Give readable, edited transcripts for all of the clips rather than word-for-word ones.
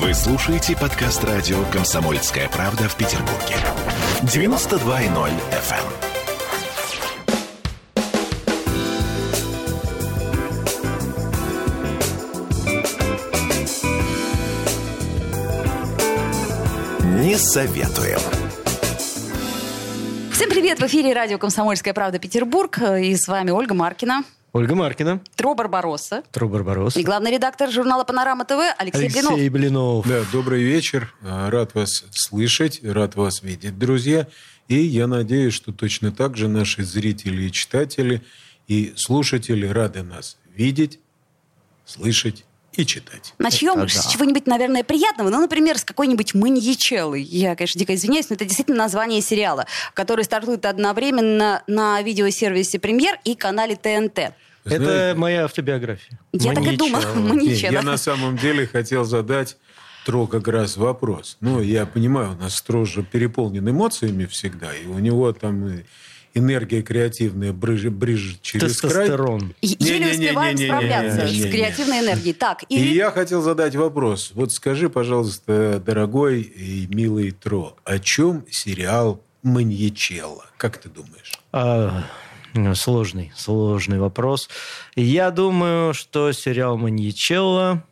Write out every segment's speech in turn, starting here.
Вы слушаете подкаст радио «Комсомольская правда» в Петербурге. 92.0 FM. Не советуем. Всем привет! В эфире радио «Комсомольская правда» Петербург. И с вами Ольга Маркина. Ольга Маркина. Тро Барбаросса. И главный редактор журнала «Панорама ТВ» Алексей Блинов. Да, добрый вечер. Рад вас слышать, рад вас видеть, друзья. И я надеюсь, что точно так же наши зрители и читатели и слушатели рады нас видеть, слышать и читать. Начнем с чего-нибудь, наверное, приятного. Ну, например, с какой-нибудь «Маньячеллы». Я, конечно, дико извиняюсь, но это действительно название сериала, который стартует одновременно на видеосервисе «Премьер» и канале ТНТ. Это моя автобиография. Я так и думала. Маньячеллы. Я на самом деле хотел задать Тро как раз вопрос. Ну, я понимаю, у нас Тро же переполнен эмоциями всегда, и у него там энергия креативная брыжет через край. Тестостерон. Еле успеваем справляться с креативной энергией. Так, и я хотел задать вопрос. Вот скажи, пожалуйста, дорогой и милый Тро, о чем сериал «Маньячелло»? Как ты думаешь? Сложный вопрос. Я думаю, что сериал «Маньячелло»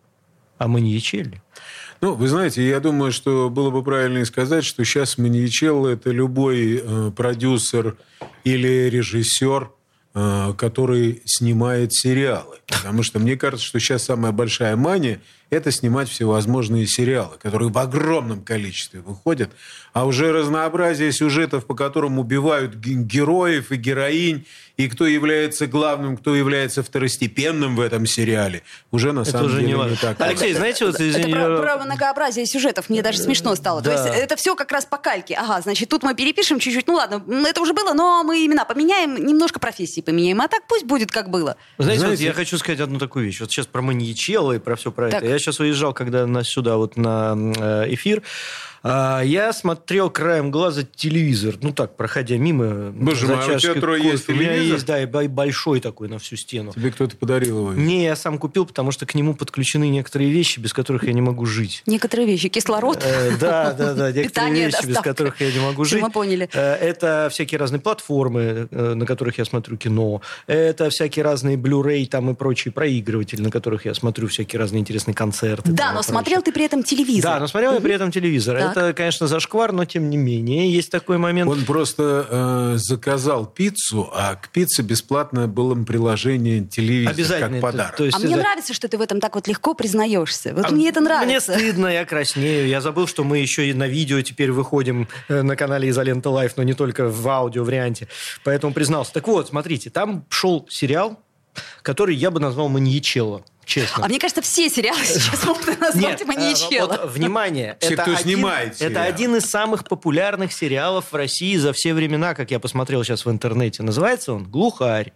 о маньячелле. Ну, вы знаете, я думаю, что было бы правильно сказать, что сейчас «Маньячелло» — это любой продюсер или режиссер, который снимает сериалы. Потому что мне кажется, что сейчас самая большая мания – это снимать всевозможные сериалы, которые в огромном количестве выходят, а уже разнообразие сюжетов, по которым убивают героев и героинь, и кто является главным, кто является второстепенным в этом сериале, уже на самом деле не так. Алексей, знаете, вот... Это про многообразие сюжетов, мне даже смешно стало. Да. То есть это все как раз по кальке. Ага, значит, тут мы перепишем чуть-чуть, ну ладно, это уже было, но мы имена поменяем, немножко профессии поменяем, а так пусть будет как было. Знаете, вот я хочу сказать одну такую вещь. Вот сейчас про «Маньячелло» и про все про это. Я сейчас уезжал, когда сюда вот на эфир. Я смотрел краем глаза телевизор. Ну так, проходя мимо. Боже мой, а у тебя, Тро, есть телевизор? У меня есть, да, и большой такой на всю стену. Тебе кто-то подарил его? Не, я сам купил, потому что к нему подключены некоторые вещи, без которых я не могу жить. Некоторые вещи? Кислород? Да. Некоторые вещи, без которых я не могу жить. Мы поняли. Это всякие разные платформы, на которых я смотрю кино. Это всякие разные Blu-ray там и прочие проигрыватели, на которых я смотрю всякие разные интересные концерты. Да, но смотрел ты при этом телевизор. Да, но смотрел я при этом телевизор. Это, конечно, зашквар, но тем не менее есть такой момент. Он просто заказал пиццу, а к пицце бесплатно было приложение телевизора как подарок. Мне нравится, что ты в этом так вот легко признаешься. Вот мне это нравится. Мне стыдно, я краснею. Я забыл, что мы еще и на видео теперь выходим на канале «Изолента Лайф», но не только в аудио-варианте. Поэтому признался. Так вот, смотрите, там шел сериал, который я бы назвал «Маньячелло». Честно. А мне кажется, все сериалы сейчас можно назвать «Маньячелло». Вот, внимание. Все, кто снимает сериал. Это один из самых популярных сериалов в России за все времена, как я посмотрел сейчас в интернете. Называется он «Глухарь».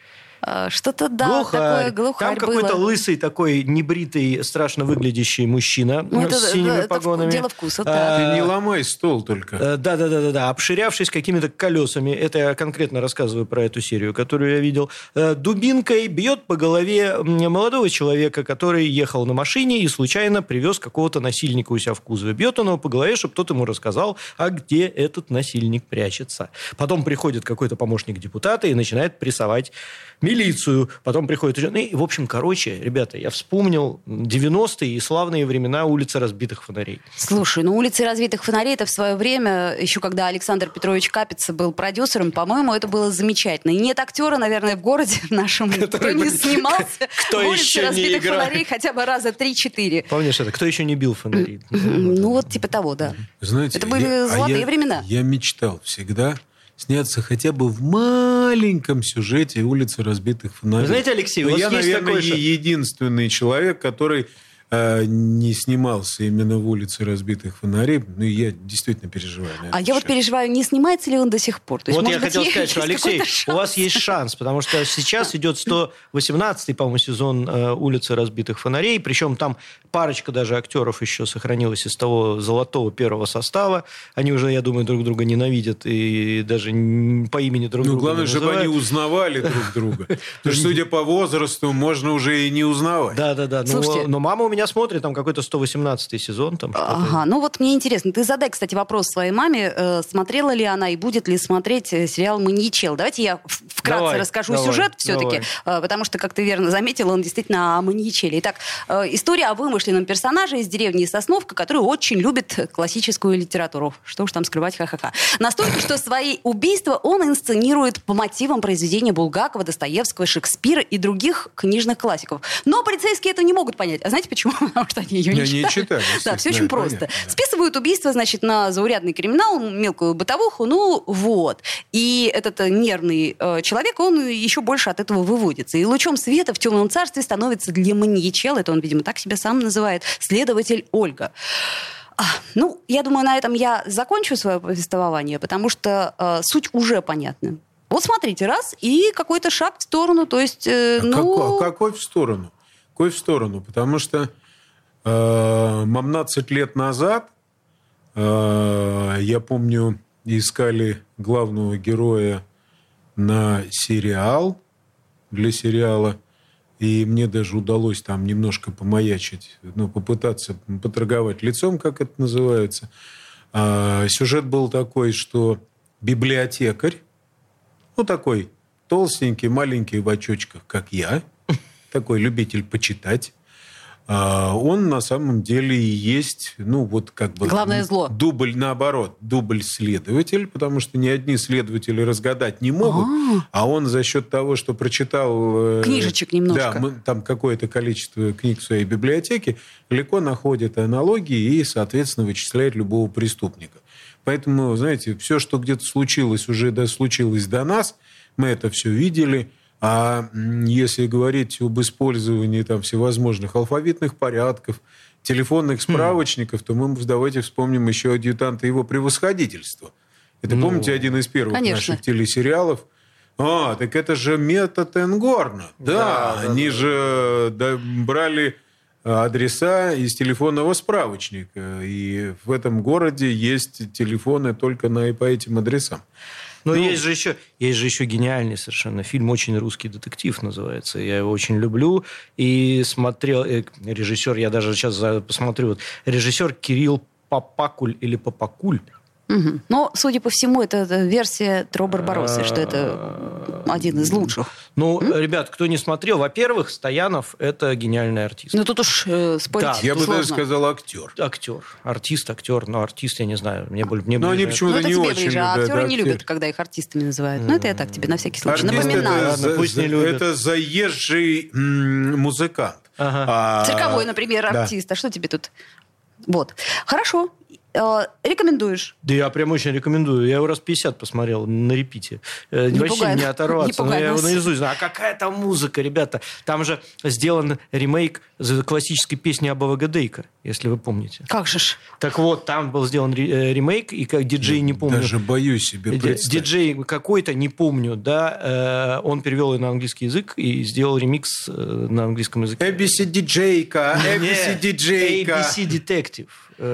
Что-то, да, такое глухарь Там какой-то лысый такой, небритый, страшно выглядящий мужчина с синими погонами. Дело вкуса, да. Ты не ломай стол только. Да. Обширявшись какими-то колесами, это я конкретно рассказываю про эту серию, которую я видел, дубинкой бьет по голове молодого человека, который ехал на машине и случайно привез какого-то насильника у себя в кузове. Бьет он его по голове, чтобы тот ему рассказал, а где этот насильник прячется. Потом приходит какой-то помощник депутата и начинает прессовать милицию, потом приходит... И, в общем, ребята, я вспомнил 90-е и славные времена улицы разбитых фонарей. Слушай, улицы разбитых фонарей, это в свое время, еще когда Александр Петрович Капица был продюсером, по-моему, это было замечательно. И нет актера, наверное, в городе в нашем, кто не снимался в улице разбитых фонарей хотя бы раза 3-4. Помнишь это? Кто еще не бил фонари? Ну, вот типа того, да. Знаете, это были золотые времена. Я мечтал всегда сняться хотя бы в маленьком сюжете «Улицы разбитых фонарей». Вы знаете, Алексей, у вас я, есть наверное, такой единственный человек, который не снимался именно в «Улице разбитых фонарей». Ну, я действительно переживаю на это. А я вот переживаю, не снимается ли он до сих пор. То есть, вот я хотел сказать, что, Алексей, у вас есть шанс, потому что сейчас идет 118-й, по-моему, сезон «Улицы разбитых фонарей», причем там парочка даже актеров еще сохранилась из того золотого первого состава. Они уже, я думаю, друг друга ненавидят и даже по имени друг друга главное, не чтобы называют. они узнавали друг друга. Потому что, судя по возрасту, можно уже и не узнавать. Да. Слушайте, Но мама у меня меня смотрят, там какой-то 118-й сезон. Там ага, ну вот мне интересно, ты задай, кстати, вопрос своей маме, смотрела ли она и будет ли смотреть сериал «Маньячелло». Давайте я вкратце расскажу сюжет все-таки, потому что, как ты верно заметила, он действительно о маньячелле. Итак, история о вымышленном персонаже из деревни Сосновка, который очень любит классическую литературу. Что уж там скрывать, ха-ха-ха. Настолько, что свои убийства он инсценирует по мотивам произведения Булгакова, Достоевского, Шекспира и других книжных классиков. Но полицейские это не могут понять. А знаете почему? Потому что они ее не читали. Да, все очень просто. Понятно, да. Списывают убийство, значит, на заурядный криминал, мелкую бытовуху, ну вот. И этот нервный человек, он еще больше от этого выводится. И лучом света в темном царстве становится для маньячелло, это он, видимо, так себя сам называет, следователь Ольга. Ну, я думаю, на этом я закончу свое повествование, потому что суть уже понятна. Вот смотрите, раз, и какой-то шаг в сторону, то есть... Какой в сторону? Какой в сторону? Потому что 15 лет назад, я помню, искали главного героя на сериал, для сериала, и мне даже удалось там немножко помаячить, попытаться поторговать лицом, как это называется. Сюжет был такой, что библиотекарь, такой толстенький, маленький в очочках, как я, такой любитель почитать, он на самом деле и есть, главное зло. Дубль следователь, потому что ни одни следователи разгадать не могут, а он за счет того, что прочитал... Книжечек немножко. Да, там какое-то количество книг в своей библиотеке, легко находит аналогии и, соответственно, вычисляет любого преступника. Поэтому, знаете, все, что где-то случилось, уже случилось до нас, мы это все видели. А если говорить об использовании всевозможных алфавитных порядков, телефонных справочников, то мы давайте вспомним еще «Адъютанта его превосходительства». Это, помните, один из первых наших телесериалов? Так это же метод Энгорна. Да, они же брали адреса из телефонного справочника. И в этом городе есть телефоны только по этим адресам. Но есть же еще гениальный совершенно фильм «Очень русский детектив» называется. Я его очень люблю. И смотрел режиссер, я даже сейчас посмотрю, режиссер Кирилл Попакуль или Попакуль. Угу. Но, судя по всему, это версия Тро Барбароссы, что это один из лучших. Ребят, кто не смотрел, во-первых, Стоянов – это гениальный артист. Тут уж спорить сложно. Я бы даже сказал актер. Артист, но артист, я не знаю. Мне они почему-то не очень ближе, любят. Актеры не любят, когда их артистами называют. Это я так тебе на всякий случай напоминаю. Это заезжий музыкант. Цирковой, например, артист. А что тебе тут? Вот. Хорошо. Рекомендуешь? Да я прям очень рекомендую. Я его раз 50 посмотрел на репите. Вообще не оторваться. Я его наизусть знаю. А какая там музыка, ребята? Там же сделан ремейк классической песни Абба Гадейка, если вы помните. Как же ж? Так вот, там был сделан ремейк, и как диджей, не помню. Даже боюсь себе представить. Диджей какой-то, не помню, да, он перевел ее на английский язык и сделал ремикс на английском языке. ABC диджейка, ABC диджейка. ABC Detective.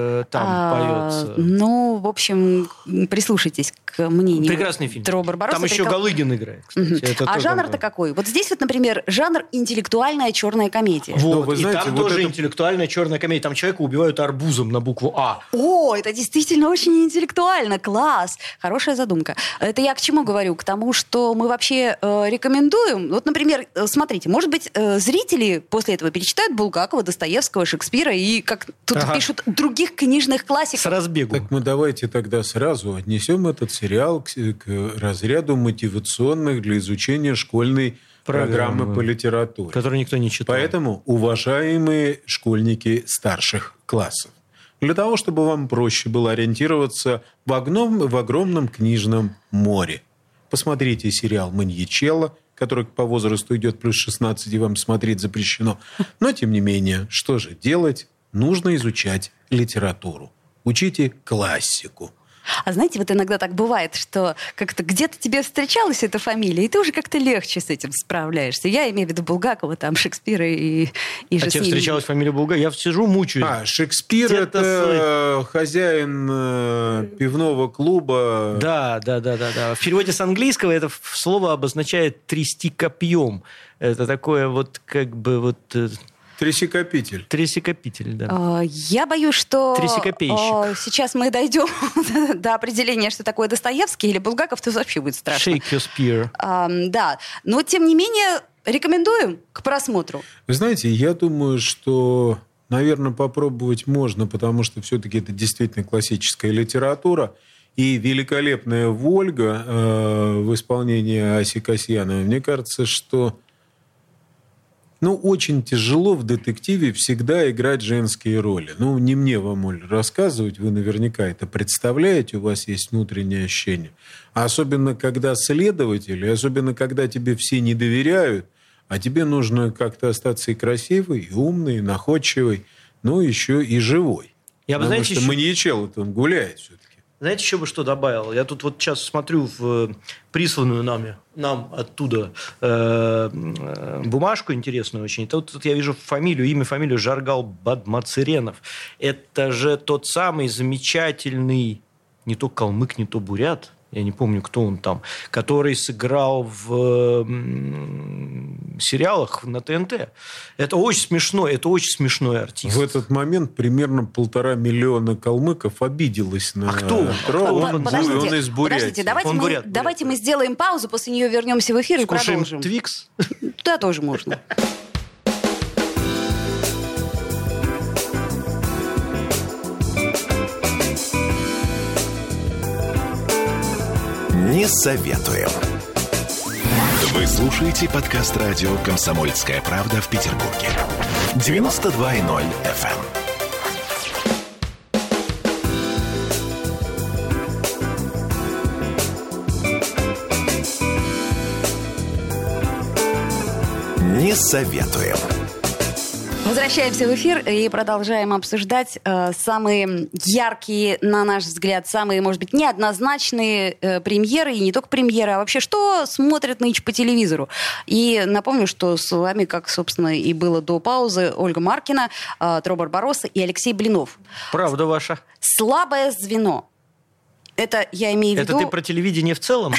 Там поется. В общем, прислушайтесь к мнению. Прекрасный фильм. Тро Барбароссы. Там еще Галыгин играет, кстати. А жанр-то какой? Вот здесь вот, например, жанр интеллектуальная черная комедия. Вот, и там тоже интеллектуальная черная комедия. Там человека убивают арбузом на букву А. О, это действительно очень интеллектуально. Класс. Хорошая задумка. Это я к чему говорю? К тому, что мы вообще рекомендуем. Вот, например, смотрите, может быть, зрители после этого перечитают Булгакова, Достоевского, Шекспира и, как тут пишут, других книжных классиков. С разбегу. Так мы давайте тогда сразу отнесем этот сериал к разряду мотивационных для изучения школьной программы по литературе. Которую никто не читал. Поэтому, уважаемые школьники старших классов, для того, чтобы вам проще было ориентироваться в огромном книжном море, посмотрите сериал «Маньячелло», который по возрасту идет плюс 16, и вам смотреть запрещено. Но, тем не менее, что же делать? Нужно изучать литературу. Учите классику. А знаете, вот иногда так бывает, что как-то где-то тебе встречалась эта фамилия, и ты уже как-то легче с этим справляешься. Я имею в виду Булгакова, там, Шекспира и же тебе встречалась фамилия Булгакова? Я сижу, мучаюсь. Шекспир – это хозяин пивного клуба. Да. В переводе с английского это слово обозначает «трясти копьем». Это такое вот как бы вот... Трясикопитель. Трясикопитель, да. Я боюсь, что Трясикопейщик. сейчас мы дойдем до определения, что такое Достоевский или Булгаков, то вообще будет страшно. Shake your spear. Да, но тем не менее рекомендуем к просмотру. Вы знаете, я думаю, что, наверное, попробовать можно, потому что все-таки это действительно классическая литература. И великолепная «Вольга» в исполнении Аси Касьяновой, мне кажется, что очень тяжело в детективе всегда играть женские роли. Не мне вам, Оль, рассказывать, вы наверняка это представляете, у вас есть внутреннее ощущение. А особенно, когда следователи, особенно, когда тебе все не доверяют, а тебе нужно как-то остаться и красивой, и умной, и находчивой, еще и живой. Потому что маньячелло-то он гуляет все-таки. Знаете, еще бы что добавил? Я тут вот сейчас смотрю в присланную нам оттуда бумажку интересную очень. Тут я вижу имя, фамилию Жаргал Бадмацеренов. Это же тот самый замечательный, не то калмык, не то бурят, я не помню, кто он там, который сыграл в сериалах на ТНТ. Это очень смешной артист. В этот момент примерно 1,5 миллиона калмыков обиделось на он из Бурятии. Давайте мы сделаем паузу, после нее вернемся в эфир и продолжим. Твикс? Да, тоже можно. Не советуем. Вы слушаете подкаст радио «Комсомольская правда» в Петербурге. 92.0 FM. Не советуем. Возвращаемся в эфир и продолжаем обсуждать самые яркие, на наш взгляд, самые, может быть, неоднозначные премьеры, и не только премьеры, а вообще, что смотрят нынче по телевизору. И напомню, что с вами, как, собственно, и было до паузы, Ольга Маркина, Тро Барбаросса и Алексей Блинов. Правда ваша. «Слабое звено». Это я имею в виду... Это ты про телевидение в целом?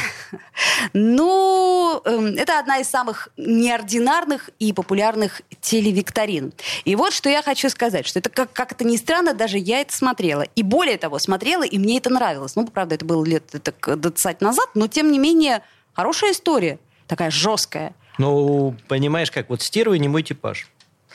Это одна из самых неординарных и популярных телевикторин. И вот что я хочу сказать, что это, как это ни странно, даже я это смотрела. И более того, смотрела, и мне это нравилось. Правда, это было лет 20 назад, но тем не менее хорошая история, такая жесткая. Понимаешь, как «Стерва» не мой типаж.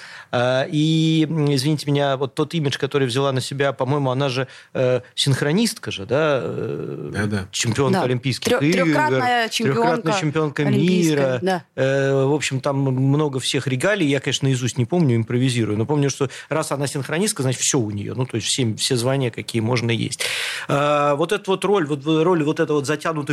И, извините меня, вот тот имидж, который взяла на себя, по-моему, она же синхронистка же, да? Да. Чемпионка Олимпийских игр. Трехкратная чемпионка мира. Да. В общем, там много всех регалий. Я, конечно, наизусть не помню, импровизирую. Но помню, что раз она синхронистка, значит, все у нее. То есть все звания, какие можно есть. Вот эта вот роль вот этой вот затянутой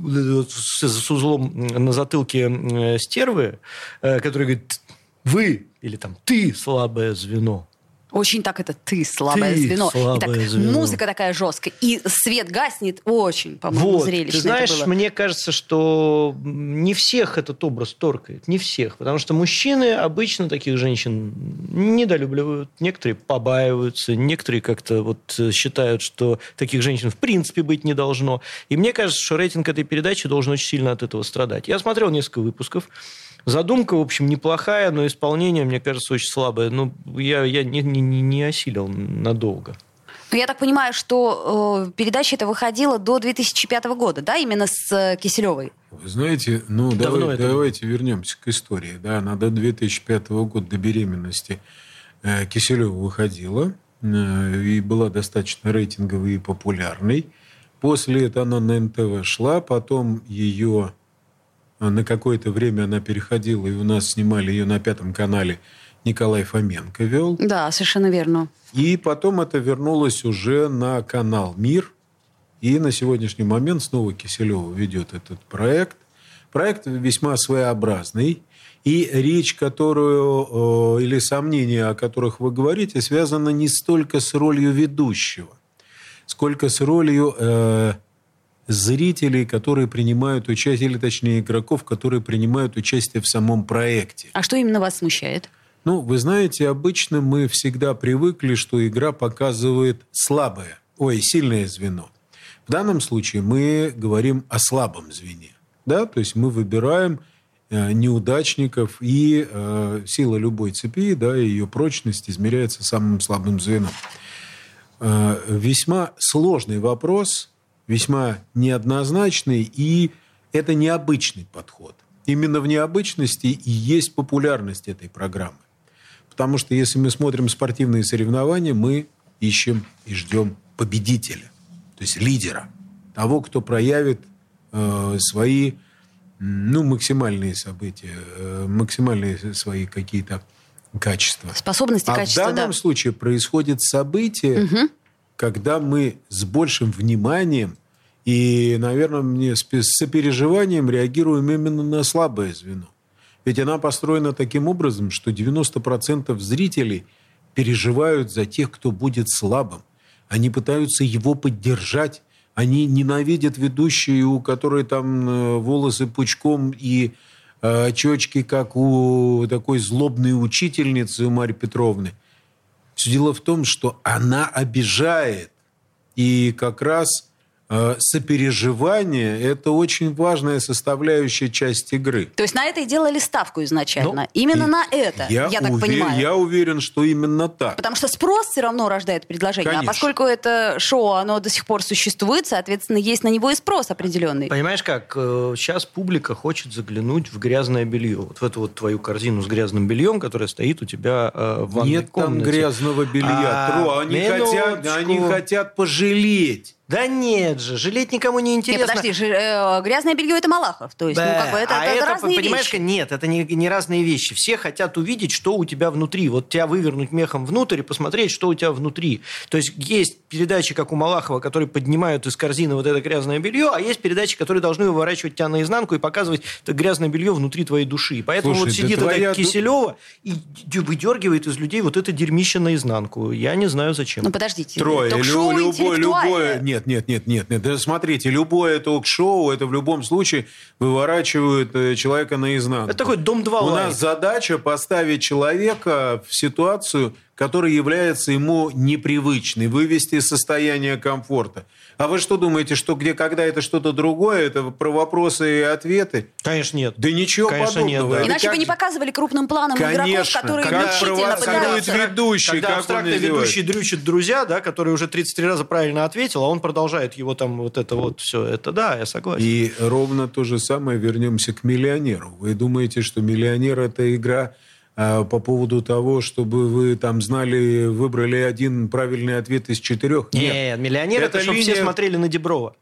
с узлом на затылке стервы, которая говорит... Вы или ты слабое звено. Очень так это «ты слабое звено». Звено. Музыка такая жесткая. И свет гаснет. Очень, по-моему, зрелищно. Ты знаешь, это было. мне кажется, что не всех этот образ торкает. Не всех. Потому что мужчины обычно таких женщин недолюбливают. Некоторые побаиваются. Некоторые как-то считают, что таких женщин в принципе быть не должно. И мне кажется, что рейтинг этой передачи должен очень сильно от этого страдать. Я смотрел несколько выпусков. Задумка, в общем, неплохая, но исполнение, мне кажется, очень слабое. Я не осилил надолго. Я так понимаю, что передача эта выходила до 2005 года, да, именно с Киселевой? Вы знаете, давайте вернемся к истории. Да, она до 2005 года, до беременности Киселева выходила и была достаточно рейтинговой и популярной. После этого она на НТВ шла, потом ее... На какое-то время она переходила, и у нас снимали ее на 5 канале. Николай Фоменко вел. Да, совершенно верно. И потом это вернулось уже на канал «Мир». И на сегодняшний момент снова Киселева ведет этот проект. Проект весьма своеобразный. И речь, или сомнения, о которых вы говорите, связаны не столько с ролью ведущего, сколько с ролью... зрителей, которые принимают участие, или точнее игроков, которые принимают участие в самом проекте. А что именно вас смущает? Вы знаете, обычно мы всегда привыкли, что игра показывает сильное звено. В данном случае мы говорим о слабом звене. Да? То есть мы выбираем неудачников, и сила любой цепи, да, ее прочность измеряется самым слабым звеном. Весьма сложный вопрос, весьма неоднозначный, и это необычный подход. Именно в необычности и есть популярность этой программы. Потому что если мы смотрим спортивные соревнования, мы ищем и ждем победителя, то есть лидера, того, кто проявит свои максимальные события, максимальные свои какие-то качества. Способности, качества, в данном случае происходит событие, когда мы с большим вниманием и, наверное, с сопереживанием реагируем именно на слабое звено. Ведь она построена таким образом, что 90% зрителей переживают за тех, кто будет слабым. Они пытаются его поддержать. Они ненавидят ведущую, у которой там волосы пучком и очечки, как у такой злобной учительницы, у Марьи Петровны. Все дело в том, что она обижает. И как раз сопереживание – это очень важная составляющая часть игры. То есть на это и делали ставку изначально? Именно на это, я так понимаю. Я уверен, что именно так. Потому что спрос все равно рождает предложение. Конечно. А поскольку это шоу, оно до сих пор существует, соответственно, есть на него и спрос определенный. Понимаешь как? Сейчас публика хочет заглянуть в грязное белье. Вот в эту вот твою корзину с грязным бельем, которая стоит у тебя в ванной комнате. Нет там грязного белья. Они хотят пожалеть. Да нет же, жалеть никому не интересно. Подожди, грязное белье – это Малахов. То есть, это разные понимаешь, вещи. Нет, это не разные вещи. Все хотят увидеть, что у тебя внутри. Вот тебя вывернуть мехом внутрь и посмотреть, что у тебя внутри. То есть, есть передачи, как у Малахова, которые поднимают из корзины вот это грязное белье, а есть передачи, которые должны выворачивать тебя наизнанку и показывать это грязное белье внутри твоей души. Поэтому вот сидит эта Киселева и выдергивает из людей вот это дерьмище наизнанку. Я не знаю, зачем. Ну, подождите. Любое... Нет. Да, смотрите, любое ток-шоу, это в любом случае выворачивает человека наизнанку. Это такой Дом-2 У лайт. нас задача поставить человека в ситуацию, которая является ему непривычной, вывести из состояния комфорта. А вы что думаете, что когда это что-то другое, это про вопросы и ответы? Конечно, нет. Да ничего Конечно, подобного. нет, да. Иначе бы не показывали крупным планом игроков, которые мучительно пытаются... ведущий, когда абстрактный ведущий дрючит друзья, да, который уже 33 раза правильно ответил, а он продолжает его там вот это вот все. Это да, я согласен. И ровно то же самое вернемся к «Миллионеру». Вы думаете, что «Миллионер» — это игра по поводу того, чтобы вы там знали, выбрали один правильный ответ из 4? Нет, «Миллионер» это чтобы все смотрели на Диброва.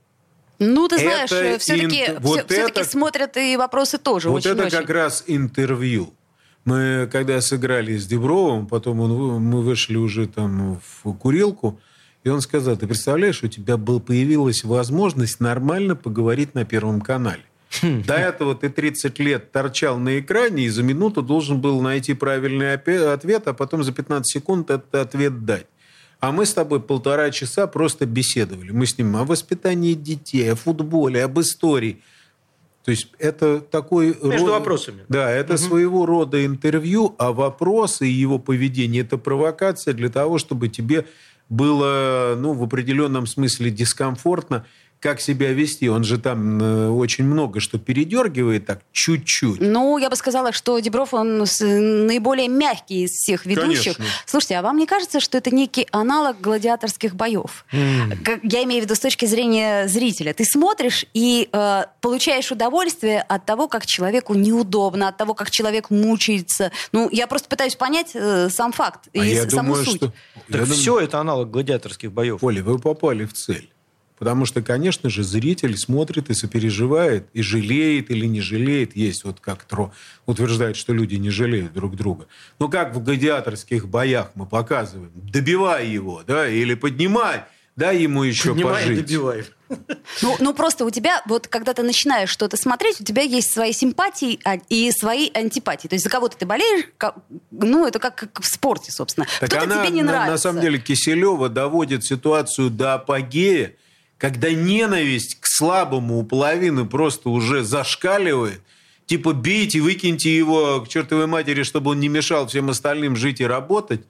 Ну, ты знаешь, все-таки смотрят и вопросы тоже. Вот это как раз интервью. Мы когда сыграли с Дибровым, потом мы вышли уже там в курилку, и он сказал: ты представляешь, у тебя появилась возможность нормально поговорить на Первом канале. До этого ты 30 лет торчал на экране и за минуту должен был найти правильный ответ, а потом за 15 секунд этот ответ дать. А мы с тобой 1,5 часа просто беседовали. Мы с ним о воспитании детей, о футболе, об истории. То есть это такой... Между вопросами. Да, это своего рода интервью, а вопросы и его поведение – это провокация для того, чтобы тебе было в определенном смысле дискомфортно, как себя вести. Он же там очень много что передергивает так чуть-чуть. Ну, я бы сказала, что Дибров, он наиболее мягкий из всех ведущих. Конечно. Слушайте, а вам не кажется, что это некий аналог гладиаторских боев? Я имею в виду с точки зрения зрителя. Ты смотришь и получаешь удовольствие от того, как человеку неудобно, от того, как человек мучается. Ну, я просто пытаюсь понять сам факт и саму суть. Все это аналог гладиаторских боев. Оля, вы попали в цель. Потому что, конечно же, зритель смотрит и сопереживает, и жалеет или не жалеет. Есть вот как утверждает, что люди не жалеют друг друга. Но как в гладиаторских боях мы показываем, добивай его, да, или поднимай, дай ему еще поднимай пожить. И добивай. Ну, просто у тебя, вот когда ты начинаешь что-то смотреть, у тебя есть свои симпатии и свои антипатии. То есть за кого-то ты болеешь, это как в спорте, собственно. Так кто-то тебе не нравится. На самом деле Киселева доводит ситуацию до апогея, когда ненависть к слабому у половины просто уже зашкаливает. Типа бейте, выкиньте его к чертовой матери, чтобы он не мешал всем остальным жить и работать.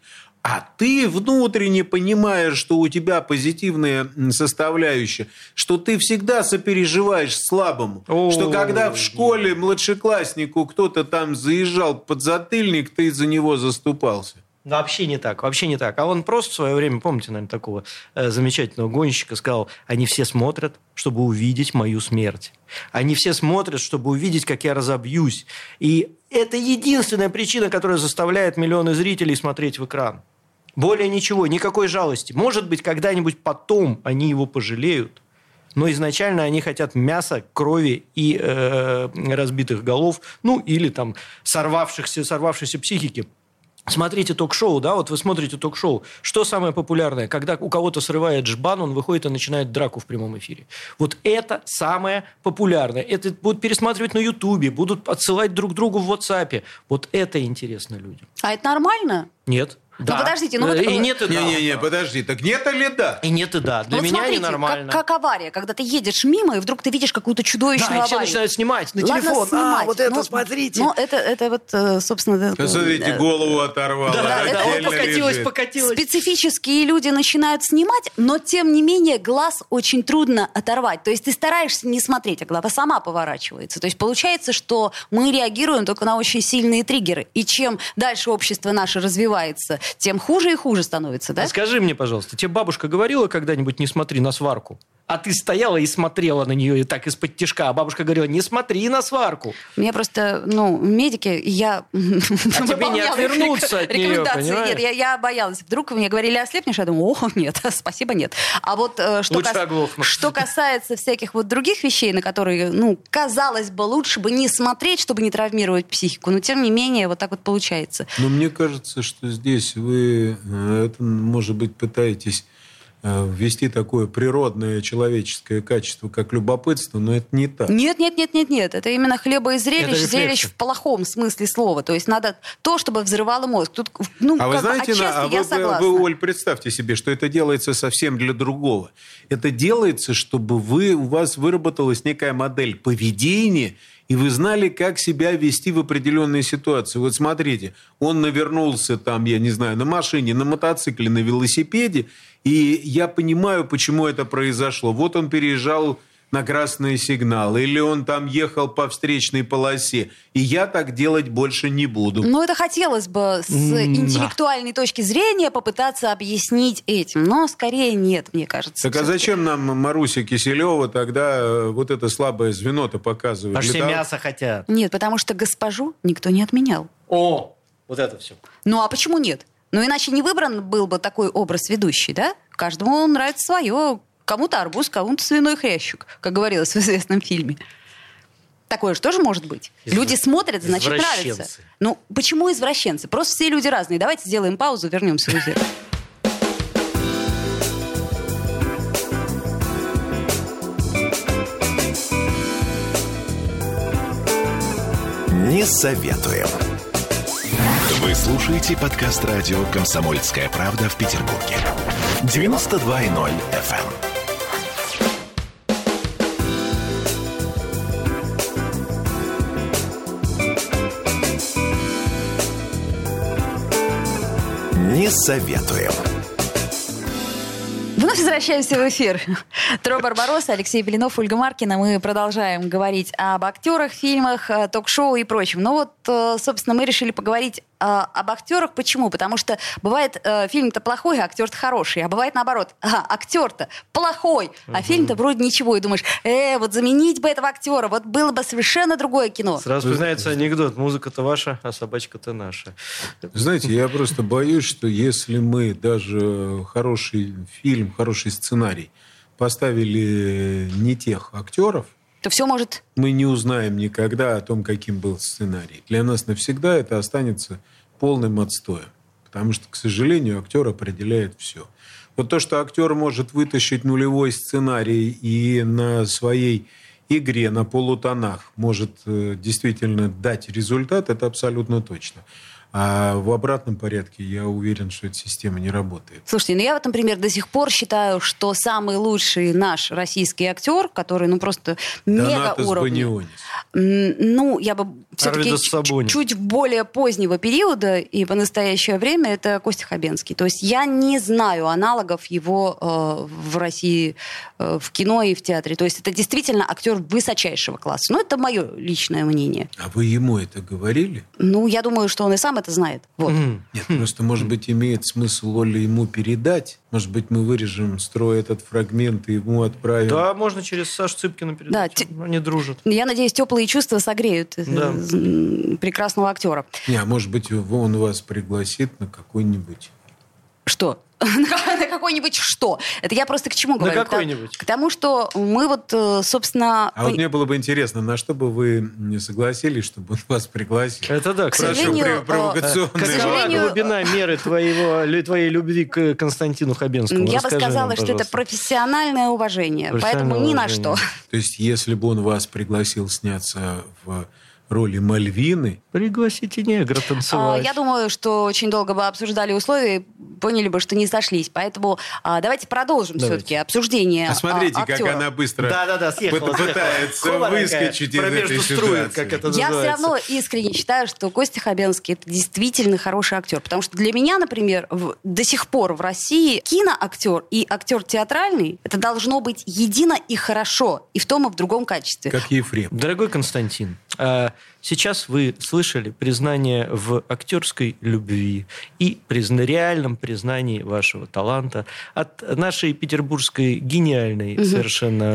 А ты внутренне понимаешь, что у тебя позитивная составляющая, что ты всегда сопереживаешь слабому. Что когда в школе младшекласснику кто-то там заезжал под затыльник, ты за него заступался. Вообще не так, вообще не так. А он просто в свое время, помните, наверное, такого замечательного гонщика, сказал: они все смотрят, чтобы увидеть мою смерть. Они все смотрят, чтобы увидеть, как я разобьюсь. И это единственная причина, которая заставляет миллионы зрителей смотреть в экран. Более ничего, никакой жалости. Может быть, когда-нибудь потом они его пожалеют, но изначально они хотят мяса, крови и разбитых голов, ну, или там сорвавшейся психики. Смотрите ток-шоу, да, вот вы смотрите ток-шоу. Что самое популярное? Когда у кого-то срывает жбан, он выходит и начинает драку в прямом эфире. Вот это самое популярное. Это будут пересматривать на Ютубе, будут отсылать друг другу в WhatsApp. Вот это интересно людям. А это нормально? Нет. Да. Ну, подождите. И нет, и да. Не, подожди. Так нет или да? И нет, и да. Для вот меня смотрите, ненормально. как авария, когда ты едешь мимо, и вдруг ты видишь какую-то чудовищную аварию. Да, и все начинают снимать на Ладно, телефон. снимать. Вот это, смотрите. Ну, это вот, собственно... Смотрите, голову оторвало. Да, отдельно он покатилась. Специфические люди начинают снимать, но, тем не менее, глаз очень трудно оторвать. То есть ты стараешься не смотреть, а голова сама поворачивается. То есть получается, что мы реагируем только на очень сильные триггеры. И чем дальше общество наше развивается, тем хуже и хуже становится, да? А скажи мне, пожалуйста, тебе бабушка говорила когда-нибудь: не смотри на сварку? А ты стояла и смотрела на нее и так из-под тишка, а бабушка говорила: не смотри на сварку. Мне просто, медики, я... А тебе не отвернуться от нее, понимаешь? Нет, я боялась. Вдруг мне говорили: ослепнешь? Я думаю: нет, спасибо, нет. А вот что касается всяких вот других вещей, на которые, казалось бы, лучше бы не смотреть, чтобы не травмировать психику, но тем не менее вот так вот получается. Но мне кажется, что здесь вы, может быть, пытаетесь ввести такое природное человеческое качество, как любопытство, но это не так. Нет. Это именно хлеба и зрелищ в плохом смысле слова. То есть надо то, чтобы взрывало мозг. Тут, вы знаете, я согласна. Вы, Оль, представьте себе, что это делается совсем для другого. Это делается, чтобы у вас выработалась некая модель поведения, и вы знали, как себя вести в определенной ситуации. Вот смотрите, он навернулся там, я не знаю, на машине, на мотоцикле, на велосипеде, и я понимаю, почему это произошло. Вот он переезжал на красный сигнал, или он там ехал по встречной полосе, и я так делать больше не буду. Ну, это хотелось бы с интеллектуальной точки зрения попытаться объяснить этим, но скорее нет, мне кажется. Так а зачем нам Маруся Киселева тогда вот это слабое звено-то показывает? Потому что все мясо хотят. Нет, потому что госпожу никто не отменял. О, вот это все. Ну, а почему нет? Ну, иначе не выбран был бы такой образ ведущей, да? Каждому нравится свое. Кому-то арбуз, кому-то свиной хрящик, как говорилось в известном фильме. Такое же тоже может быть. Люди смотрят, значит, нравится. Ну, почему извращенцы? Просто все люди разные. Давайте сделаем паузу, вернемся в эфир. Не советуем. Вы слушаете подкаст радио «Комсомольская правда» в Петербурге. 92.0 FM. Не советуем. Вновь возвращаемся в эфир. Тро Барбаросса, Алексей Белинов, Ольга Маркина. Мы продолжаем говорить об актерах, фильмах, ток-шоу и прочем. Но вот, собственно, мы решили поговорить об актерах. Почему? Потому что бывает фильм-то плохой, а актер-то хороший. А бывает наоборот. Актер-то плохой, а фильм-то вроде ничего. И думаешь, вот заменить бы этого актера, вот было бы совершенно другое кино. Сразу вспоминается анекдот: музыка-то ваша, а собачка-то наша. Знаете, я просто боюсь, что если мы даже хороший фильм, хороший сценарий поставили не тех актеров, то все может... Мы не узнаем никогда о том, каким был сценарий. Для нас навсегда это останется полным отстоем. Потому что, к сожалению, актер определяет все. Вот то, что актер может вытащить нулевой сценарий и на своей игре, на полутонах может действительно дать результат, это абсолютно точно. А в обратном порядке я уверен, что эта система не работает. Слушайте, я вот, например, до сих пор считаю, что самый лучший наш российский актер, который, просто мега уровня. Я бы все-таки чуть более позднего периода и по настоящее время это Костя Хабенский. То есть я не знаю аналогов его в России в кино и в театре. То есть это действительно актер высочайшего класса. Это мое личное мнение. А вы ему это говорили? Я думаю, что он и сам это знает. Вот. Нет, просто, может быть, имеет смысл Оле ему передать. Может быть, мы вырежем строй этот фрагмент и ему отправим. Да, можно через Сашу Цыпкина передать. Да, они дружат. Я надеюсь, теплые чувства согреют прекрасного актера. Может быть, он вас пригласит на какой-нибудь... Что? На какой-нибудь что? Это я просто к чему говорю? На какой-нибудь. К тому, что мы собственно... А мне было бы интересно, на что бы вы не согласились, чтобы он вас пригласил? Это да, к сожалению, какова глубина меры твоей любви к Константину Хабенскому? Я бы сказала, что это профессиональное уважение, поэтому ни на что. То есть, если бы он вас пригласил сняться в роли Мальвины... Пригласите негра танцевать. Я думаю, что очень долго бы обсуждали условия и поняли бы, что не сошлись. Поэтому давайте продолжим все-таки обсуждение актера. Смотрите, как она быстро пытается выскочить из этой ситуации. Я все равно искренне считаю, что Костя Хабенский — это действительно хороший актер. Потому что для меня, например, до сих пор в России киноактер и актер театральный — это должно быть едино и хорошо. И в том, и в другом качестве. Как Ефрем. Дорогой Константин, сейчас вы слышали признание в актерской любви и реальном признании вашего таланта от нашей петербургской гениальной совершенно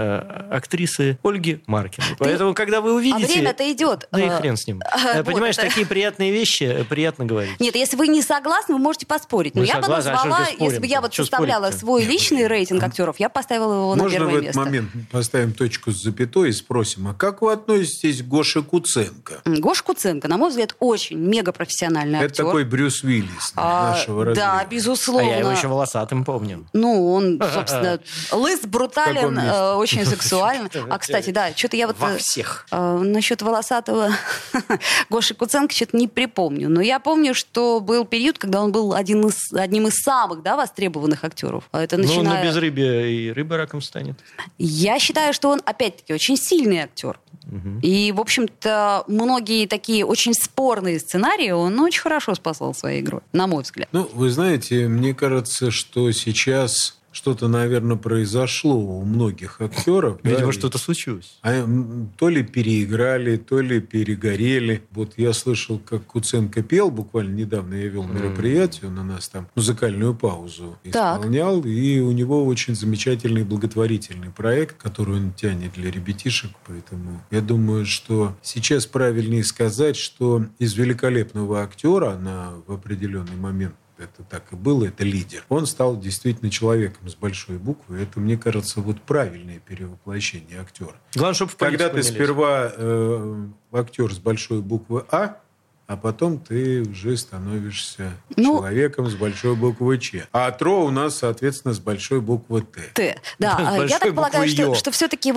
актрисы Ольги Маркиной. Поэтому, когда вы увидите... А время-то идет. Да и хрен с ним. Понимаешь, такие приятные вещи приятно говорить. Нет, если вы не согласны, вы можете поспорить. Но я бы назвала, если бы я составляла свой личный рейтинг актеров, я поставила его на первое место. Можно в этот момент поставим точку с запятой и спросим, а как вы относитесь к Гоше Куценко? Гоша Куценко, на мой взгляд, очень мегапрофессиональный актер. Это такой Брюс Уиллис нашего разряда. Да, безусловно. А я его еще волосатым помню. Он, собственно, лыс, брутален, очень сексуален. А, кстати, да, что-то я во всех. Насчет волосатого Гоши Куценко что-то не припомню. Но я помню, что был период, когда он был одним из самых востребованных актеров. Это на безрыбье и рыба раком станет. Я считаю, что он, опять-таки, очень сильный актер. И, в общем-то, многие такие очень спорные сценарии он очень хорошо спасал своей игрой, на мой взгляд. Вы знаете, мне кажется, что сейчас что-то, наверное, произошло у многих актеров. Видимо, что-то случилось. То ли переиграли, то ли перегорели. Вот я слышал, как Куценко пел, буквально недавно я вел мероприятие, он у нас там музыкальную паузу исполнял, и у него очень замечательный благотворительный проект, который он тянет для ребятишек, поэтому я думаю, что сейчас правильнее сказать, что из великолепного актера в определенный момент, это так и было, это лидер. Он стал действительно человеком с большой буквы. Это, мне кажется, правильное перевоплощение актера. Главное, чтобы когда ты сперва актер с большой буквы А потом ты уже становишься человеком с большой буквы Ч. А ТРО у нас, соответственно, с большой буквы Т. Да, я так полагаю, что все-таки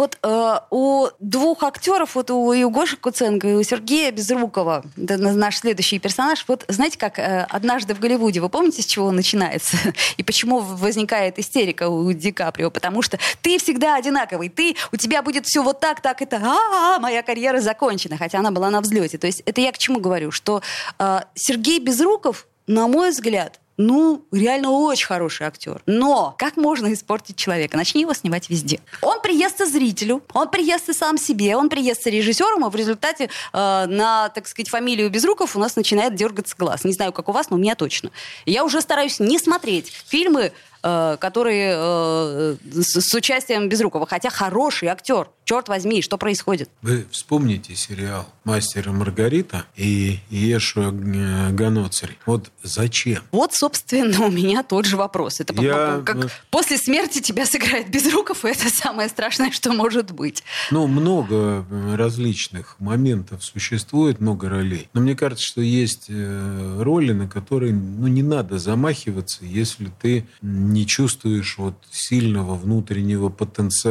у двух актеров, и у Гоши Куценко, и у Сергея Безрукова, наш следующий персонаж, знаете, как «Однажды в Голливуде», вы помните, с чего он начинается? И почему возникает истерика у Ди Каприо? Потому что ты всегда одинаковый, у тебя будет все так, это, моя карьера закончена, хотя она была на взлете. То есть это я к чему говорю? Что Сергей Безруков, на мой взгляд, реально очень хороший актер. Но как можно испортить человека? Начни его снимать везде. Он приестся зрителю, он приестся сам себе, он приестся режиссером, а в результате на, так сказать, фамилию Безруков у нас начинает дергаться глаз. Не знаю, как у вас, но у меня точно. Я уже стараюсь не смотреть фильмы, которые с участием Безрукова. Хотя хороший актер. Черт возьми, что происходит? Вы вспомните сериал «Мастер и Маргарита» и Иешуа Ганоцарь. Зачем? Собственно, у меня тот же вопрос. Это как после смерти тебя сыграет Безруков, и это самое страшное, что может быть. Много различных моментов существует, много ролей. Но мне кажется, что есть роли, на которые не надо замахиваться, если ты не чувствуешь сильного внутреннего потенциала.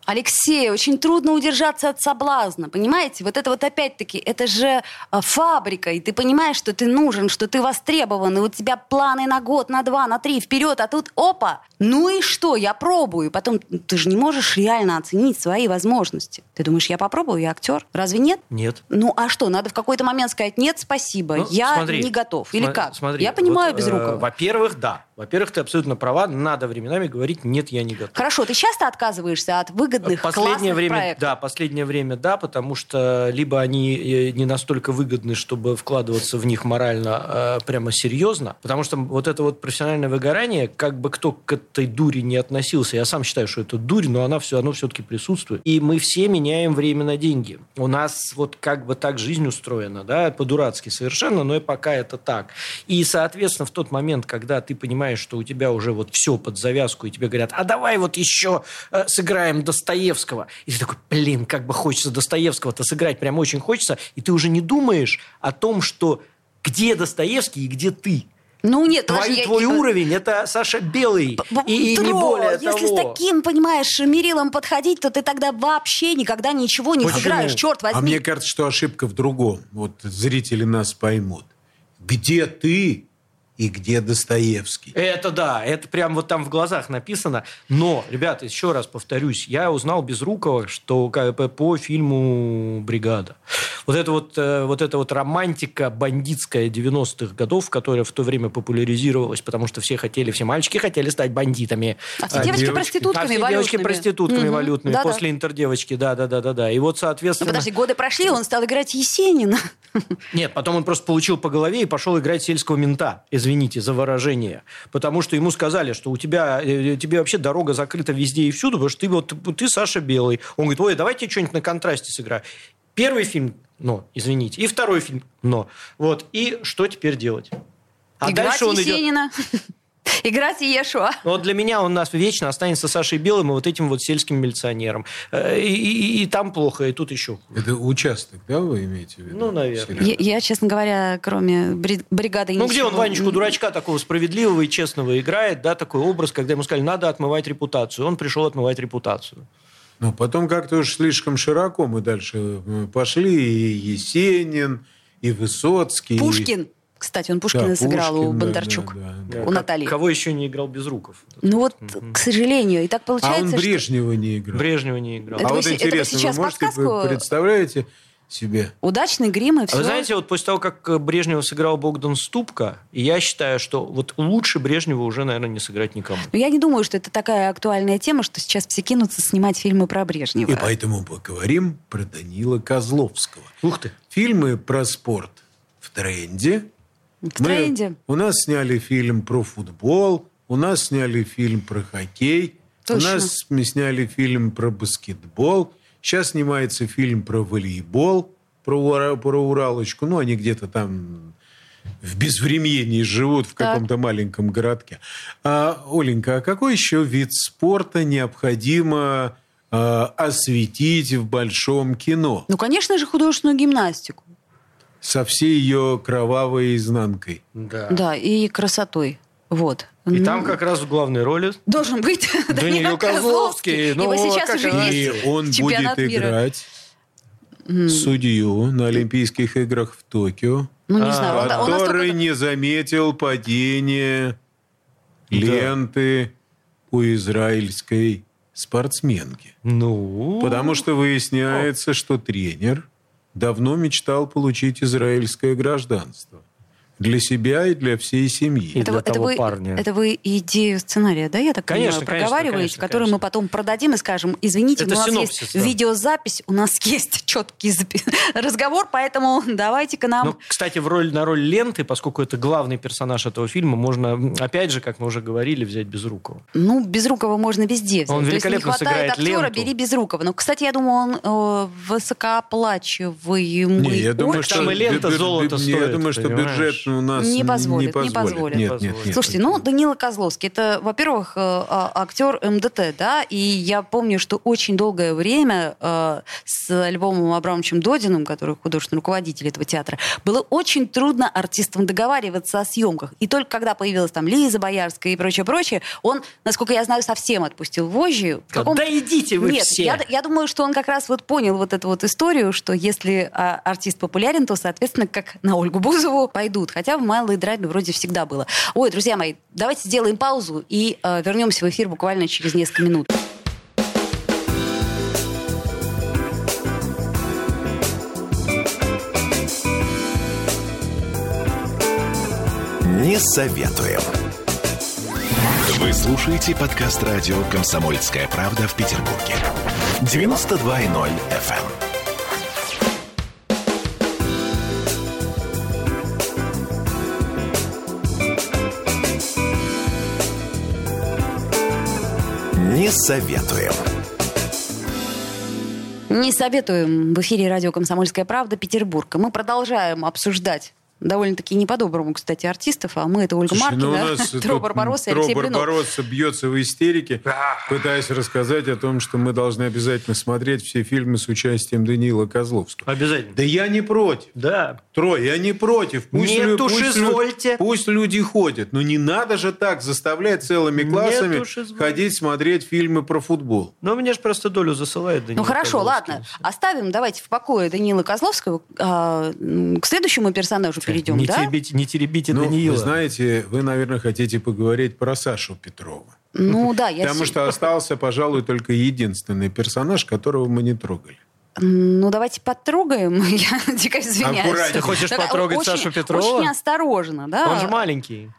Алексей, очень трудно удержаться от соблазна, понимаете? Вот это вот опять-таки, это же фабрика, и ты понимаешь, что ты нужен, что ты востребован, и у тебя планы на год, на 2, на 3 вперед, а тут опа! Ну и что? Я пробую. Потом ты же не можешь реально оценить свои возможности. Ты думаешь, я попробую, я актер? Разве нет? Нет. Ну а что, надо в какой-то момент сказать, нет, спасибо, я не готов. Или как? Смотри, я понимаю вот, Безрукова. Во-первых, да. Во-первых, ты абсолютно права, надо временами говорить, нет, я не готов. Хорошо, ты часто отказываешься от выгодных, классных проектов? Да, последнее время, да, потому что либо они не настолько выгодны, чтобы вкладываться в них морально прямо серьезно, потому что вот это вот профессиональное выгорание, как бы кто к этой дури не относился, я сам считаю, что это дурь, но оно все-таки присутствует. И мы все меняем время на деньги. У нас вот как бы так жизнь устроена, да, по-дурацки совершенно, но и пока это так. И, соответственно, в тот момент, когда ты понимаешь, что у тебя уже вот все под завязку, и тебе говорят, а давай вот еще сыграем Достоевского. И ты такой, блин, как бы хочется Достоевского-то сыграть, прям очень хочется, и ты уже не думаешь о том, что где Достоевский и где ты. Ну нет, твой уровень – это Саша Белый, и не более того. Если с таким, понимаешь, мерилом подходить, то ты тогда вообще никогда ничего не сыграешь, черт возьми. А мне кажется, что ошибка в другом. Вот зрители нас поймут. Где ты и где Достоевский? Это да, это прям вот там в глазах написано. Но, ребята, еще раз повторюсь, я узнал Безрукова, что по фильму «Бригада». Вот эта вот романтика бандитская 90-х годов, которая в то время популяризировалась, потому что все мальчики хотели стать бандитами. А все девочки проститутками валютными. Девочки проститутками валютными, да, после интердевочки, да. И вот, соответственно... Ну, подожди, годы прошли, он стал играть Есенина. Нет, потом он просто получил по голове и пошел играть сельского мента, извините за выражение. Потому что ему сказали, что тебе вообще дорога закрыта везде и всюду, потому что ты Саша Белый. Он говорит, ой, давайте что-нибудь на контрасте сыграю. Первый фильм, извините, и второй фильм, Вот, и что теперь делать? А играть дальше он Есенина. Играть Иешуа. Вот для меня он у нас вечно останется Сашей Белым и вот этим вот сельским милиционером. И там плохо, и тут еще хуже. Это участок, да, вы имеете в виду? Ну, наверное. Я, честно говоря, кроме бригады... Ну, где он Ванечку-дурачка такого справедливого и честного играет, да, такой образ, когда ему сказали, надо отмывать репутацию. Он пришел отмывать репутацию. Ну, потом как-то уж слишком широко мы дальше пошли. И Есенин, и Высоцкий. Пушкин. Кстати, он Пушкина сыграл у Бондарчук, у Натальи. Кого еще не играл Безруков? Ну вот, к сожалению, и так получается, он Брежнева не играл. Брежнева не играл. А вот интересно, вы можете представляете себе? Удачный грим и все. Вы знаете, вот после того, как Брежнева сыграл Богдан Ступка, я считаю, что вот лучше Брежнева уже, наверное, не сыграть никому. Но я не думаю, что это такая актуальная тема, что сейчас все кинутся снимать фильмы про Брежнева. И поэтому поговорим про Данила Козловского. Ух ты! Фильмы про спорт в тренде. В тренде. У нас сняли фильм про футбол, у нас сняли фильм про хоккей, Точно. у нас сняли фильм про баскетбол, сейчас снимается фильм про волейбол, про Уралочку. Ну, они где-то там в безвременье живут в каком-то маленьком городке. Оленька, а какой еще вид спорта необходимо осветить в большом кино? Ну, конечно же, художественную гимнастику. Со всей ее кровавой изнанкой. Да, и красотой. Вот. И там как раз в главной роли должен быть Даниил Козловский. Ибо сейчас уже есть И он будет играть судью на Олимпийских играх в Токио, ну, не знаю, который не заметил падения ленты у израильской спортсменки. Потому что выясняется, что тренер давно мечтал получить израильское гражданство. Для себя и для всей семьи. И для того парня. Это вы идею сценария, да, я так понимаю, проговариваете, который мы потом продадим и скажем, извините, у нас есть видеозапись, у нас есть четкий разговор, поэтому давайте-ка нам... Ну, кстати, на роль ленты, поскольку это главный персонаж этого фильма, можно, опять же, как мы уже говорили, взять Безрукова. Ну, Безрукова можно везде взять. Он великолепно сыграет актера, ленту. Бери Безрукова. Но, кстати, я думаю, он высокооплачиваемый. Не, я думаю, что лента золото стоит. Я думаю, что бюджет конечно, у нас не позволит. Нет. Слушайте, Данила Козловский, это, во-первых, актер МДТ, да, и я помню, что очень долгое время с Львом Абрамовичем Додиным, который художественный руководитель этого театра, было очень трудно артистам договариваться о съемках. И только когда появилась там Лиза Боярская и прочее, он, насколько я знаю, совсем отпустил вожжи. Да идите вы все! Нет, я думаю, что он как раз понял эту историю, что если артист популярен, то, соответственно, как на Ольгу Бузову пойдут. Хотя в малой драме вроде всегда было. Ой, друзья мои, давайте сделаем паузу и вернемся в эфир буквально через несколько минут. Не советуем. Вы слушаете подкаст радио «Комсомольская правда» в Петербурге. 92.0 FM. Не советуем. Не советуем. В эфире радио «Комсомольская правда» Петербург. Мы продолжаем обсуждать довольно-таки не по-доброму, кстати, артистов, а мы — это Ольга Маркина, Тро Барбаросса и Алексей Блинов. Тро Барбаросса бьется в истерике, пытаясь рассказать о том, что мы должны обязательно смотреть все фильмы с участием Даниила Козловского. Обязательно. Да я не против. Да. Тро, я не против. Пусть люди ходят. Но не надо же так заставлять целыми классами ходить смотреть фильмы про футбол. Ну, меня же просто долю засылает Даниил хорошо, ладно. Оставим, давайте в покое Даниила Козловского. К следующему персонажу перейдем, не теребите Даниила. Вы знаете, вы, наверное, хотите поговорить про Сашу Петрова. Потому что остался, пожалуй, только единственный персонаж, которого мы не трогали. Давайте потрогаем. Я дико извиняюсь. Аккуратнее. Ты хочешь потрогать Сашу Петрова? Очень осторожно, да. Он же маленький.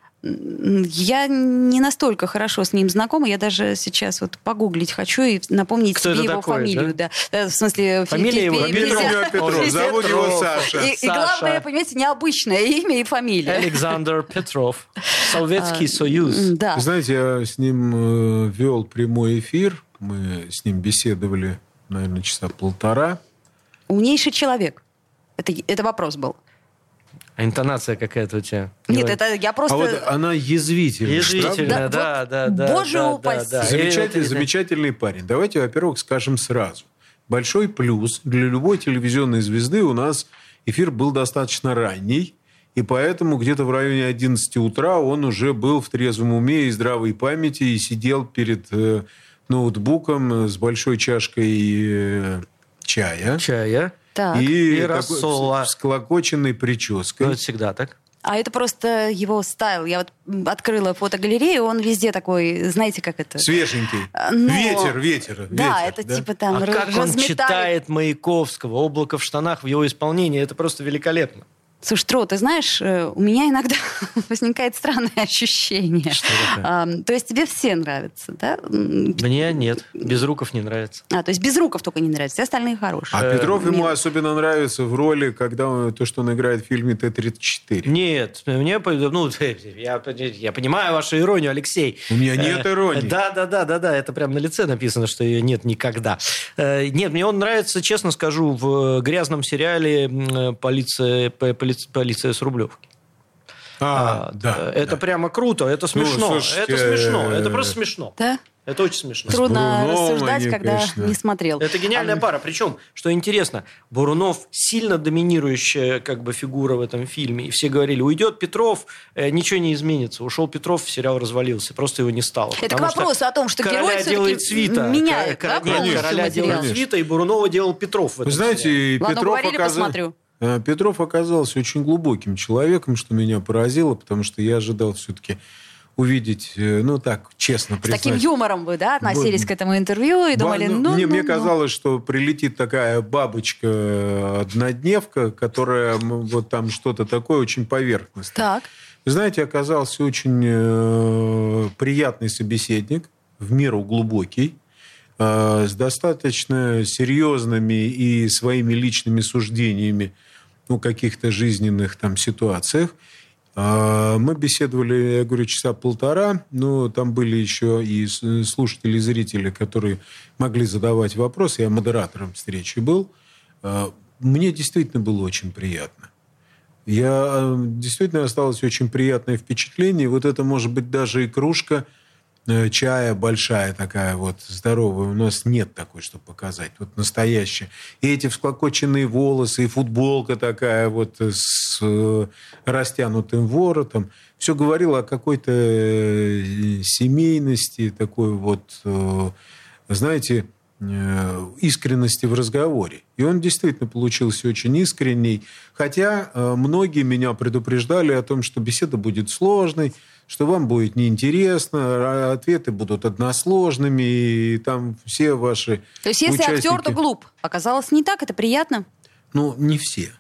Я не настолько хорошо с ним знакома. Я даже сейчас погуглить хочу и напомнить себе его фамилию. Да? В смысле, фамилия его Петров. Зовут его Саша. И главное, понимаете, необычное имя и фамилия. Александр Петров. Советский Союз. Да. Вы знаете, я с ним вел прямой эфир. Мы с ним беседовали, наверное, часа полтора. Умнейший человек. Это вопрос был. А интонация какая-то у тебя? Нет, это я просто... А вот она язвительная. Язвительная, да. Боже упаси. Замечательный парень. Давайте, во-первых, скажем сразу. Большой плюс для любой телевизионной звезды у нас эфир был достаточно ранний, и поэтому где-то в районе 11 утра он уже был в трезвом уме и здравой памяти и сидел перед ноутбуком с большой чашкой чая. И рассола. Всклокоченной прической. Это всегда так. А это просто его стайл. Я открыла фотогалерею, он везде такой, знаете, как это? Свеженький. Ветер. Да, это типа там как он читает Маяковского, «Облако в штанах» в его исполнении, это просто великолепно. Слушай, Тро, ты знаешь, у меня иногда возникает странное ощущение. То есть тебе все нравятся, да? Мне нет. Безруков не нравится. То есть Безруков только не нравится, все остальные хорошие. А Петров ему особенно нравится в роли, когда то, что он играет в фильме Т-34. Нет, мне... я понимаю вашу иронию, Алексей. У меня нет иронии. Да, это прям на лице написано, что ее нет никогда. Нет, мне он нравится, честно скажу, в грязном сериале «Полиция с Рублевки». Это прямо круто, это смешно. Это просто смешно. Да? Это очень смешно. Трудно рассуждать, когда не смотрел. Это гениальная пара. Причем, что интересно, Бурунов сильно доминирующая фигура в этом фильме. И все говорили, уйдет Петров, ничего не изменится. Ушел Петров, сериал развалился. Просто его не стало. Это к вопросу о том, что герой все-таки меняет. Короля делает свита, и Бурунова делал Петров. Вы знаете, Петров оказался очень глубоким человеком, что меня поразило, потому что я ожидал все-таки увидеть, честно признать. С таким юмором вы, относились к этому интервью и думали, Мне казалось, что прилетит такая бабочка-однодневка, которая там что-то такое очень поверхностное. Так. Вы знаете, оказался очень приятный собеседник, в меру глубокий, с достаточно серьезными и своими личными суждениями о каких-то жизненных ситуациях. Мы беседовали, я говорю, часа полтора, но там были еще и слушатели, и зрители, которые могли задавать вопросы. Я модератором встречи был. Мне действительно было очень приятно. Я действительно осталось очень приятное впечатление. Вот это, может быть, даже и кружка чая большая такая вот, здоровая. У нас нет такой, чтобы показать. Вот настоящая. И эти всклокоченные волосы, и футболка такая вот с растянутым воротом. Все говорило о какой-то семейности, такой вот, знаете, искренности в разговоре. И он действительно получился очень искренний. Хотя многие меня предупреждали о том, что беседа будет сложной, что вам будет неинтересно, ответы будут односложными, и там все ваши То есть, если участники... актер, то глуп. Оказалось, не так, это приятно? Ну, не все.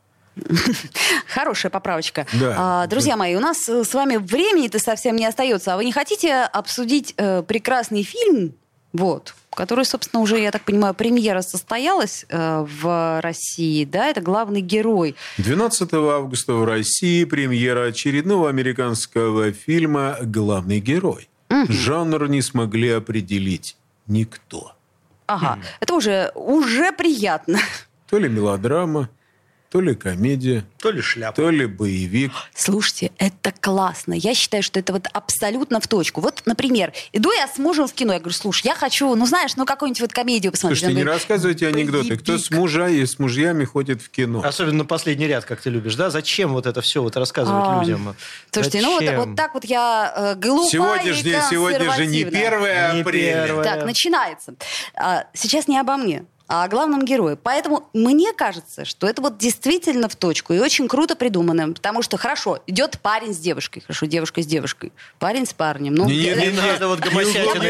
Хорошая поправочка. Да, друзья мои, у нас с вами времени-то совсем не остается. А вы не хотите обсудить прекрасный фильм, вот, который, собственно, уже, я так понимаю, премьера состоялась в России, да? Это «Главный герой». 12 августа в России премьера очередного американского фильма «Главный герой». Жанр не смогли определить никто. Ага, это уже приятно. То ли мелодрама, то ли комедия, То ли шляпа. то ли боевик. Слушайте, это классно. Я считаю, что это вот абсолютно в точку. Вот, например, иду я с мужем в кино, я говорю, слушай, я хочу, какую-нибудь вот комедию посмотреть. Слушайте, не говорит, рассказывайте анекдоты. Кто с мужьями ходит в кино? Особенно последний ряд, как ты любишь, да? Зачем вот это все вот рассказывать людям? Слушайте, вот так вот я глупая Сегодня же не 1 апреля. Так, начинается. Сейчас не обо мне, а о главном герое. Поэтому мне кажется, что это вот действительно в точку и очень круто придумано. Потому что, хорошо, идет парень с девушкой, хорошо, девушка с девушкой, парень с парнем. Ну, не надо вот гомосятины.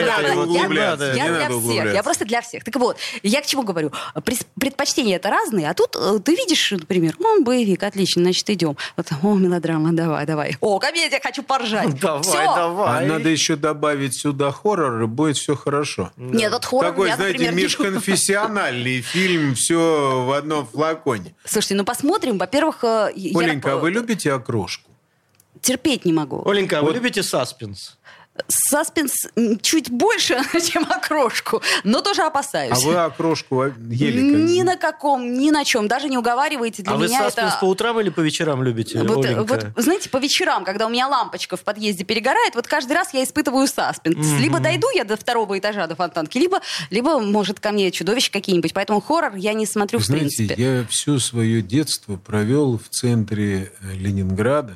Я для всех, я просто для всех. Так вот, я к чему говорю? Предпочтения это разные, а тут ты видишь, например, боевик, отлично, значит, идем. Вот, мелодрама, давай. О, комедия, хочу поржать. Давай. А надо еще добавить сюда хоррор, и будет все хорошо. Нет, вот хоррор Такой, я, знаете, например, межконфессиональный фильм, все в одном флаконе. Слушайте, посмотрим. Во-первых, Оленька, а вы любите окрошку? терпеть не могу. Оленька, вы любите саспенс? Саспенс чуть больше, чем окрошку, но тоже опасаюсь. А вы окрошку ели? Ни на каком, ни на чем. Даже не уговаривайте. Для меня вы саспенс по утрам или по вечерам любите, Оленька? Вот, знаете, по вечерам, когда у меня лампочка в подъезде перегорает, вот каждый раз я испытываю саспенс. Либо дойду я до 2-го этажа, до Фонтанки, либо может, ко мне чудовища какие-нибудь. Поэтому хоррор я не смотрю в принципе. Знаете, я все свое детство провел в центре Ленинграда.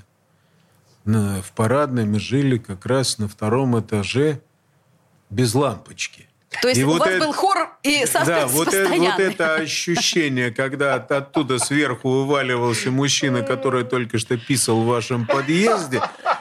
В Парадной мы жили как раз на 2-м этаже без лампочки. То есть у вас был хоррор и саспенс постоянный. Вот это ощущение, когда оттуда сверху вываливался мужчина, который только что писал в вашем подъезде,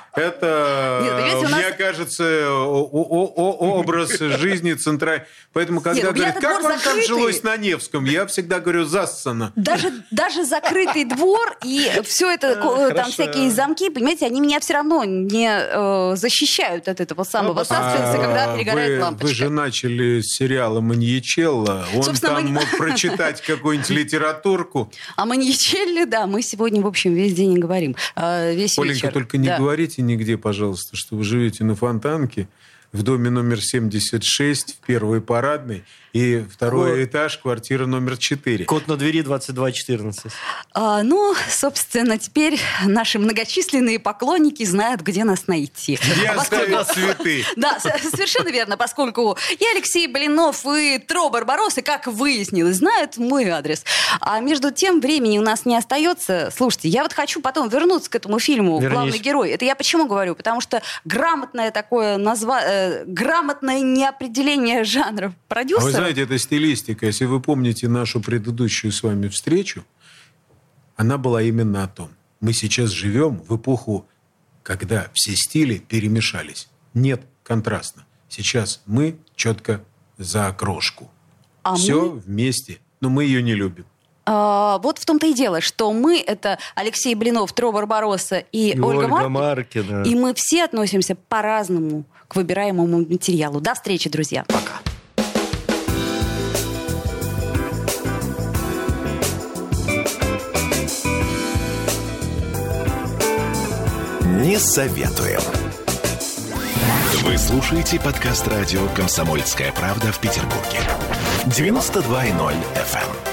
это, мне кажется, образ жизни центральной. Поэтому, когда говорят, как вам там жилось на Невском, я всегда говорю, зассано. Даже закрытый двор и все это, там всякие замки, понимаете, они меня все равно не защищают от этого самого саспенса, когда перегорает лампочка. Вы же начали с сериала «Маньячелло». Он там мог прочитать какую-нибудь литературку. О Маньячелле, да, мы сегодня, в общем, весь день и говорим. Весь Оленька, вечер. только не говорите нигде, пожалуйста, что вы живете на Фонтанке, в доме номер 76, в 1-й Парадной, и 2-й этаж, квартира номер 4. Код на двери 2214. Собственно, теперь наши многочисленные поклонники знают, где нас найти. Где оставить цветы. Да, совершенно верно, поскольку и Алексей Блинов, и Тро Барбаросса, как выяснилось, знают мой адрес. А между тем времени у нас не остается. Слушайте, я вот хочу потом вернуться к этому фильму «Главный герой». Это я почему говорю? Потому что грамотное такое грамотное неопределение жанра продюсера. А вы знаете, это стилистика. Если вы помните нашу предыдущую с вами встречу, она была именно о том. Мы сейчас живем в эпоху, когда все стили перемешались. Нет контраста. Сейчас мы четко за окрошку. Все вместе. Но мы ее не любим. Вот в том-то и дело, что мы — это Алексей Блинов, Тро Барбаросса и Ольга Маркина. И мы все относимся по-разному к выбираемому материалу. До встречи, друзья. Пока. Не советуем. Вы слушаете подкаст радио «Комсомольская правда» в Петербурге. 92.0 FM.